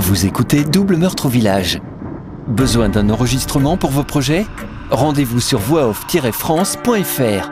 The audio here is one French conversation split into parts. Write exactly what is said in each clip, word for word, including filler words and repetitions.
Vous écoutez Double Meurtre au Village. Besoin d'un enregistrement pour vos projets? Rendez-vous sur voix off tiret france point f r.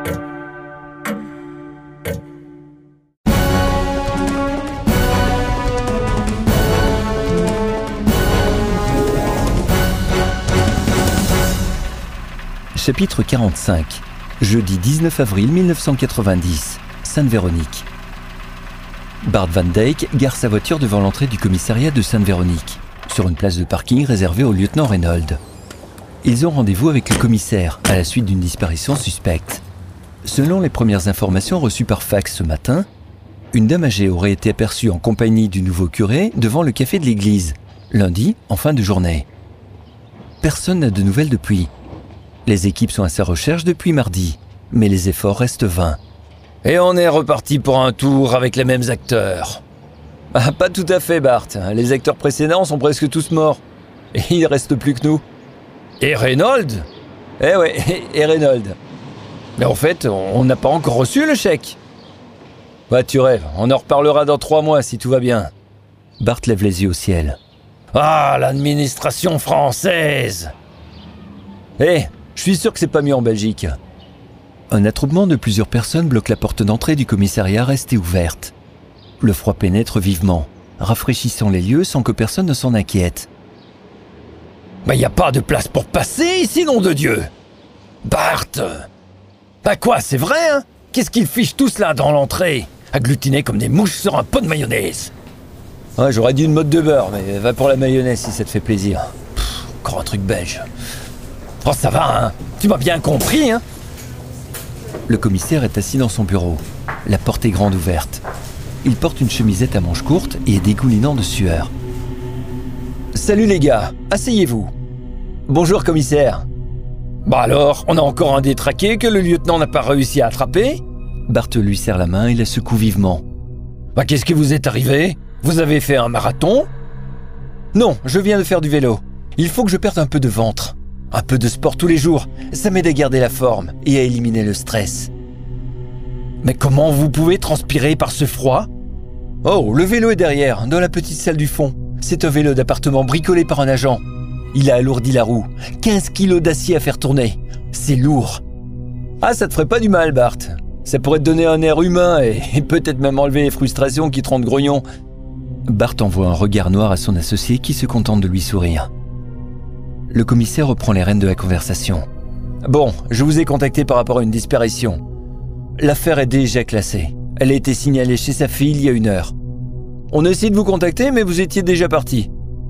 Chapitre quarante-cinq. Jeudi dix-neuf avril mille neuf cent quatre-vingt-dix. Sainte-Véronique. Bart Van Dijk gare sa voiture devant l'entrée du commissariat de Sainte-Véronique, sur une place de parking réservée au lieutenant Reynolds. Ils ont rendez-vous avec le commissaire à la suite d'une disparition suspecte. Selon les premières informations reçues par fax ce matin, une dame âgée aurait été aperçue en compagnie du nouveau curé devant le café de l'église, lundi en fin de journée. Personne n'a de nouvelles depuis. Les équipes sont à sa recherche depuis mardi, mais les efforts restent vains. Et on est reparti pour un tour avec les mêmes acteurs. Ah, pas tout à fait, Bart. Les acteurs précédents sont presque tous morts. Et il ne reste plus que nous. Et Reynolds ? Eh ouais, et Reynolds. Mais en fait, on n'a pas encore reçu le chèque. Ouais, tu rêves. On en reparlera dans trois mois si tout va bien. Bart lève les yeux au ciel. Ah, l'administration française ! Eh, je suis sûr que c'est pas mieux en Belgique. Un attroupement de plusieurs personnes bloque la porte d'entrée du commissariat restée ouverte. Le froid pénètre vivement, rafraîchissant les lieux sans que personne ne s'en inquiète. Mais y a pas de place pour passer ici, nom de Dieu! Bart! Bah quoi, c'est vrai, hein? Qu'est-ce qu'ils fichent tous là dans l'entrée? Agglutinés comme des mouches sur un pot de mayonnaise. Ouais, j'aurais dit une mode de beurre, mais va pour la mayonnaise si ça te fait plaisir. Pff, encore un truc belge. Oh, ça va, hein? Tu m'as bien compris, hein? Le commissaire est assis dans son bureau. La porte est grande ouverte. Il porte une chemisette à manches courtes et est dégoulinant de sueur. « Salut les gars, asseyez-vous. »« Bonjour commissaire. »« Bah alors, on a encore un détraqué que le lieutenant n'a pas réussi à attraper ?» Bart lui serre la main et la secoue vivement. « Bah qu'est-ce qui vous est arrivé? Vous avez fait un marathon ?»« Non, je viens de faire du vélo. Il faut que je perde un peu de ventre. Un peu de sport tous les jours, ça m'aide à garder la forme et à éliminer le stress. » « Mais comment vous pouvez transpirer par ce froid ?»« Oh, le vélo est derrière, dans la petite salle du fond. C'est un vélo d'appartement bricolé par un agent. Il a alourdi la roue, quinze kilos d'acier à faire tourner. C'est lourd. »« Ah, ça te ferait pas du mal, Bart. Ça pourrait te donner un air humain et, et peut-être même enlever les frustrations qui te rendent grognon. » Bart envoie un regard noir à son associé qui se contente de lui sourire. Le commissaire reprend les rênes de la conversation. « Bon, je vous ai contacté par rapport à une disparition. L'affaire est déjà classée. Elle a été signalée chez sa fille il y a une heure. On a essayé de vous contacter, mais vous étiez déjà parti.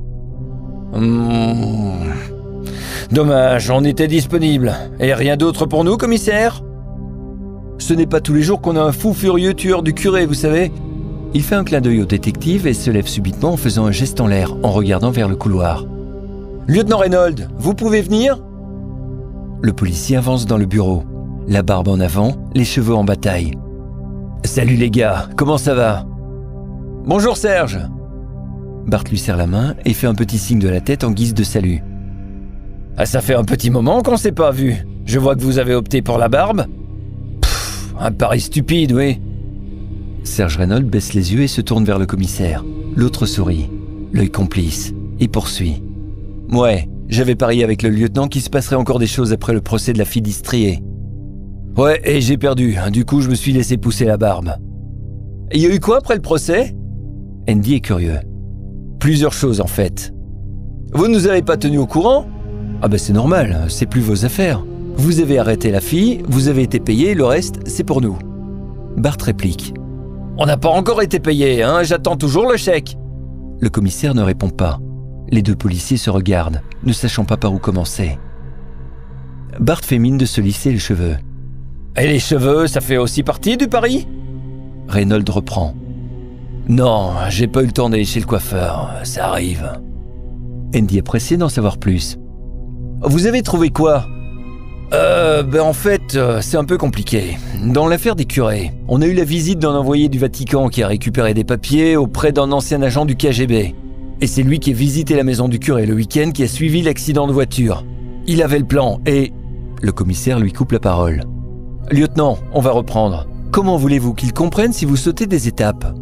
Mmh. Dommage, on était disponible. Et rien d'autre pour nous, commissaire ? Ce n'est pas tous les jours qu'on a un fou furieux tueur du curé, vous savez. » Il fait un clin d'œil au détective et se lève subitement en faisant un geste en l'air, en regardant vers le couloir. « Lieutenant Reynolds, vous pouvez venir ?» Le policier avance dans le bureau, la barbe en avant, les cheveux en bataille. « Salut les gars, comment ça va ?»« Bonjour Serge !» Bart lui serre la main et fait un petit signe de la tête en guise de salut. « Ah, ça fait un petit moment qu'on s'est pas vu. Je vois que vous avez opté pour la barbe. » Pfff, un pari stupide, oui. Serge Reynolds baisse les yeux et se tourne vers le commissaire. L'autre sourit, l'œil complice, et poursuit. « Ouais, j'avais parié avec le lieutenant qu'il se passerait encore des choses après le procès de la fille d'Istrier. Ouais, et j'ai perdu, du coup je me suis laissé pousser la barbe. » Il y a eu quoi après le procès ? Andy est curieux. Plusieurs choses en fait. Vous ne nous avez pas tenus au courant ? Ah ben c'est normal, c'est plus vos affaires. Vous avez arrêté la fille, vous avez été payé, le reste c'est pour nous. Bart réplique. On n'a pas encore été payé, hein, j'attends toujours le chèque. Le commissaire ne répond pas. Les deux policiers se regardent, ne sachant pas par où commencer. Bart fait mine de se lisser les cheveux. Et les cheveux, ça fait aussi partie du pari ? Reynolds reprend. Non, j'ai pas eu le temps d'aller chez le coiffeur, ça arrive. Andy est pressé d'en savoir plus. Vous avez trouvé quoi ? Euh, ben en fait, c'est un peu compliqué. Dans l'affaire des curés, on a eu la visite d'un envoyé du Vatican qui a récupéré des papiers auprès d'un ancien agent du K G B. Et c'est lui qui a visité la maison du curé le week-end qui a suivi l'accident de voiture. Il avait le plan et... Le commissaire lui coupe la parole. « Lieutenant, on va reprendre. Comment voulez-vous qu'il comprenne si vous sautez des étapes ?»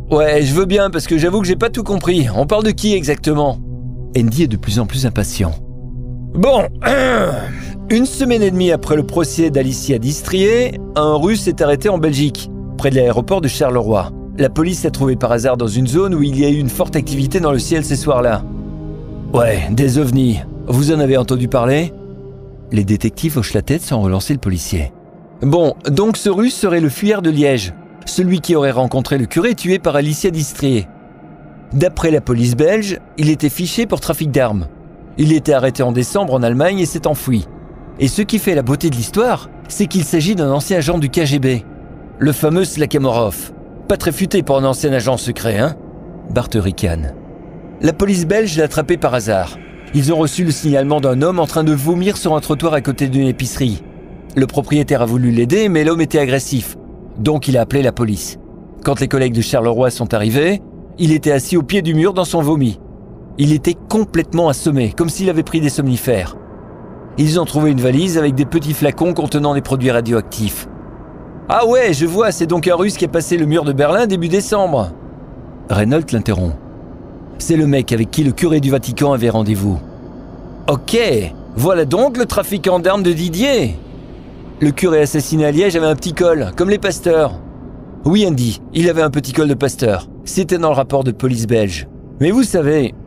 Ouais, je veux bien, parce que j'avoue que j'ai pas tout compris. On parle de qui exactement? Andy est de plus en plus impatient. Bon, une semaine et demie après le procès d'Alicia Distrier, un Russe est arrêté en Belgique, près de l'aéroport de Charleroi. La police l'a trouvé par hasard dans une zone où il y a eu une forte activité dans le ciel ces soirs-là. Ouais, des ovnis. Vous en avez entendu parler? Les détectives hochent la tête sans relancer le policier. Bon, donc ce Russe serait le fuyard de Liège, celui qui aurait rencontré le curé tué par Alicia Distrier. D'après la police belge, il était fiché pour trafic d'armes. Il était arrêté en décembre en Allemagne et s'est enfui. Et ce qui fait la beauté de l'histoire, c'est qu'il s'agit d'un ancien agent du K G B, le fameux Slakhamorov. Pas très futé pour un ancien agent secret, hein? Bart ricane. La police belge l'a attrapé par hasard. Ils ont reçu le signalement d'un homme en train de vomir sur un trottoir à côté d'une épicerie. Le propriétaire a voulu l'aider, mais l'homme était agressif. Donc il a appelé la police. Quand les collègues de Charleroi sont arrivés, il était assis au pied du mur dans son vomi. Il était complètement assommé, comme s'il avait pris des somnifères. Ils ont trouvé une valise avec des petits flacons contenant des produits radioactifs. Ah ouais, je vois, c'est donc un Russe qui a passé le mur de Berlin début décembre. Reynolds l'interrompt. C'est le mec avec qui le curé du Vatican avait rendez-vous. Ok, voilà donc le trafiquant d'armes de Didier. Le curé assassiné à Liège avait un petit col, comme les pasteurs. Oui, Andy, il avait un petit col de pasteur. C'était dans le rapport de police belge. Mais vous savez,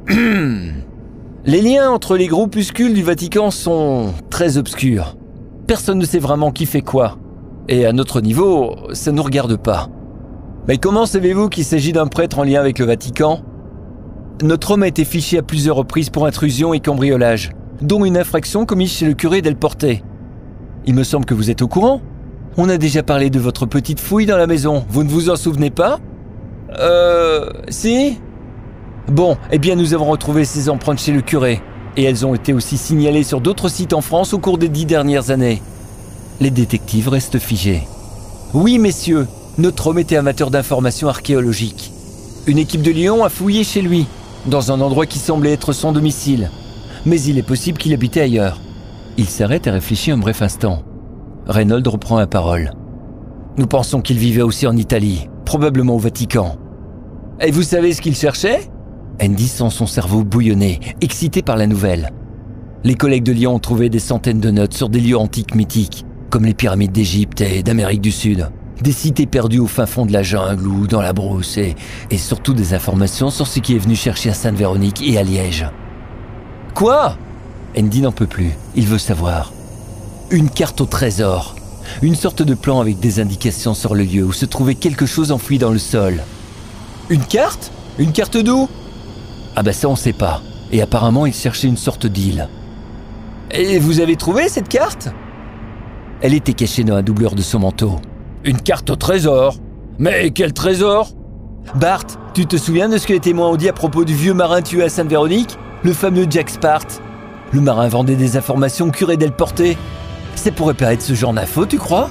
les liens entre les groupuscules du Vatican sont très obscurs. Personne ne sait vraiment qui fait quoi. Et à notre niveau, ça ne nous regarde pas. Mais comment savez-vous qu'il s'agit d'un prêtre en lien avec le Vatican? Notre homme a été fiché à plusieurs reprises pour intrusion et cambriolage, dont une infraction commise chez le curé d'El Porte. Il me semble que vous êtes au courant. On a déjà parlé de votre petite fouille dans la maison, vous ne vous en souvenez pas? Euh... si? Bon, eh bien nous avons retrouvé ces empreintes chez le curé, et elles ont été aussi signalées sur d'autres sites en France au cours des dix dernières années. Les détectives restent figés. Oui, messieurs, notre homme était amateur d'informations archéologiques. Une équipe de Lyon a fouillé chez lui, dans un endroit qui semblait être son domicile. Mais il est possible qu'il habitait ailleurs. Il s'arrête et réfléchit un bref instant. Reynolds reprend la parole. Nous pensons qu'il vivait aussi en Italie, probablement au Vatican. Et vous savez ce qu'il cherchait? Andy sent son cerveau bouillonner, excité par la nouvelle. Les collègues de Lyon ont trouvé des centaines de notes sur des lieux antiques mythiques, comme les pyramides d'Égypte et d'Amérique du Sud. Des cités perdues au fin fond de la jungle ou dans la brousse et, et surtout des informations sur ce qui est venu chercher à Sainte-Véronique et à Liège. Quoi? Andy n'en peut plus, il veut savoir. Une carte au trésor. Une sorte de plan avec des indications sur le lieu où se trouvait quelque chose enfoui dans le sol. Une carte? Une carte d'où? Ah bah ça on sait pas. Et apparemment il cherchait une sorte d'île. Et vous avez trouvé cette carte? Elle était cachée dans la doublure de son manteau. Une carte au trésor? Mais quel trésor? Bart, tu te souviens de ce que les témoins ont dit à propos du vieux marin tué à Sainte-Véronique? Le fameux Jack Spart. Le marin vendait des informations au curé d'El Porte. Ça pourrait paraître ce genre d'infos, tu crois?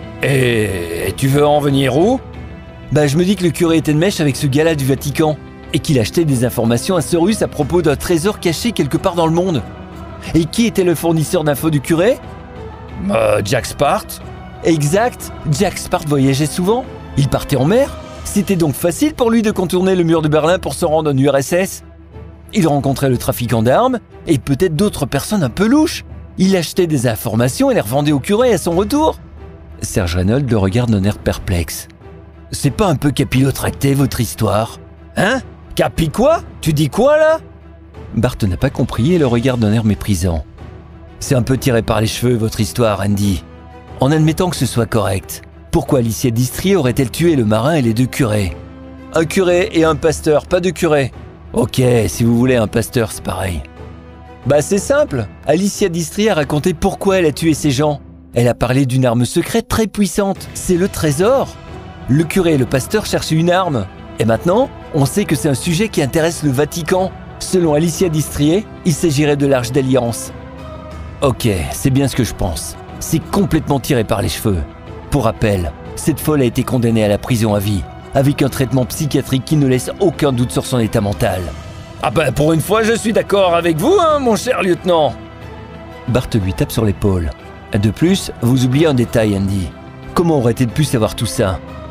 Et tu veux en venir où? Bah je me dis que le curé était de mèche avec ce gars-là du Vatican et qu'il achetait des informations à ce Russe à propos d'un trésor caché quelque part dans le monde. Et qui était le fournisseur d'infos du curé? Euh, Jack Spart. Exact, Jack Spart voyageait souvent. Il partait en mer. C'était donc facile pour lui de contourner le mur de Berlin pour se rendre en U R S S. Il rencontrait le trafiquant d'armes et peut-être d'autres personnes un peu louches. Il achetait des informations et les revendait au curé à son retour. Serge Reynolds le regarde d'un air perplexe. C'est pas un peu capillotracté votre histoire? Hein? Capi quoi? Tu dis quoi là? Bart n'a pas compris et le regarde d'un air méprisant. C'est un peu tiré par les cheveux votre histoire, Andy. En admettant que ce soit correct, pourquoi Alicia Distrier aurait-elle tué le marin et les deux curés? Un curé et un pasteur, pas de curé. Ok, si vous voulez un pasteur, c'est pareil. Bah c'est simple, Alicia Distrier a raconté pourquoi elle a tué ces gens. Elle a parlé d'une arme secrète très puissante, c'est le trésor. Le curé et le pasteur cherchaient une arme. Et maintenant, on sait que c'est un sujet qui intéresse le Vatican. Selon Alicia Distrier, il s'agirait de l'Arche d'Alliance. Ok, c'est bien ce que je pense. C'est complètement tiré par les cheveux. Pour rappel, cette folle a été condamnée à la prison à vie, avec un traitement psychiatrique qui ne laisse aucun doute sur son état mental. Ah ben pour une fois je suis d'accord avec vous, hein, mon cher lieutenant. Bart lui tape sur l'épaule. De plus, vous oubliez un détail, Andy. Comment aurait-il pu savoir tout ça?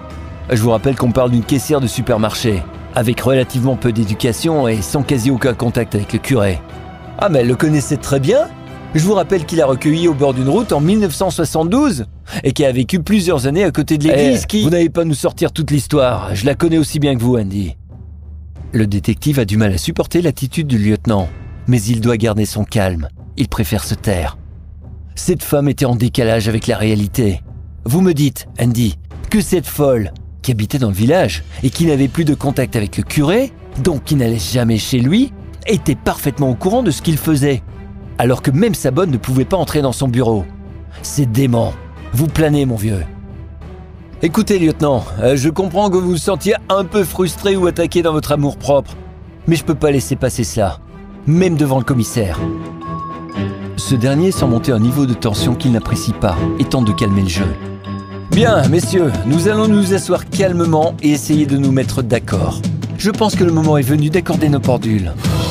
Je vous rappelle qu'on parle d'une caissière de supermarché, avec relativement peu d'éducation et sans quasi aucun contact avec le curé. Ah mais elle le connaissait très bien. Je vous rappelle qu'il a recueilli au bord d'une route en mille neuf cent soixante-douze et qui a vécu plusieurs années à côté de l'église Eh, qui... Vous n'allez pas nous sortir toute l'histoire, je la connais aussi bien que vous, Andy. Le détective a du mal à supporter l'attitude du lieutenant, mais il doit garder son calme, il préfère se taire. Cette femme était en décalage avec la réalité. Vous me dites, Andy, que cette folle, qui habitait dans le village et qui n'avait plus de contact avec le curé, donc qui n'allait jamais chez lui, était parfaitement au courant de ce qu'il faisait, alors que même sa bonne ne pouvait pas entrer dans son bureau. C'est dément. Vous planez, mon vieux. Écoutez, lieutenant, euh, je comprends que vous vous sentiez un peu frustré ou attaqué dans votre amour-propre, mais je peux pas laisser passer cela, même devant le commissaire. Ce dernier sent monter un niveau de tension qu'il n'apprécie pas et tente de calmer le jeu. Bien, messieurs, nous allons nous asseoir calmement et essayer de nous mettre d'accord. Je pense que le moment est venu d'accorder nos pendules.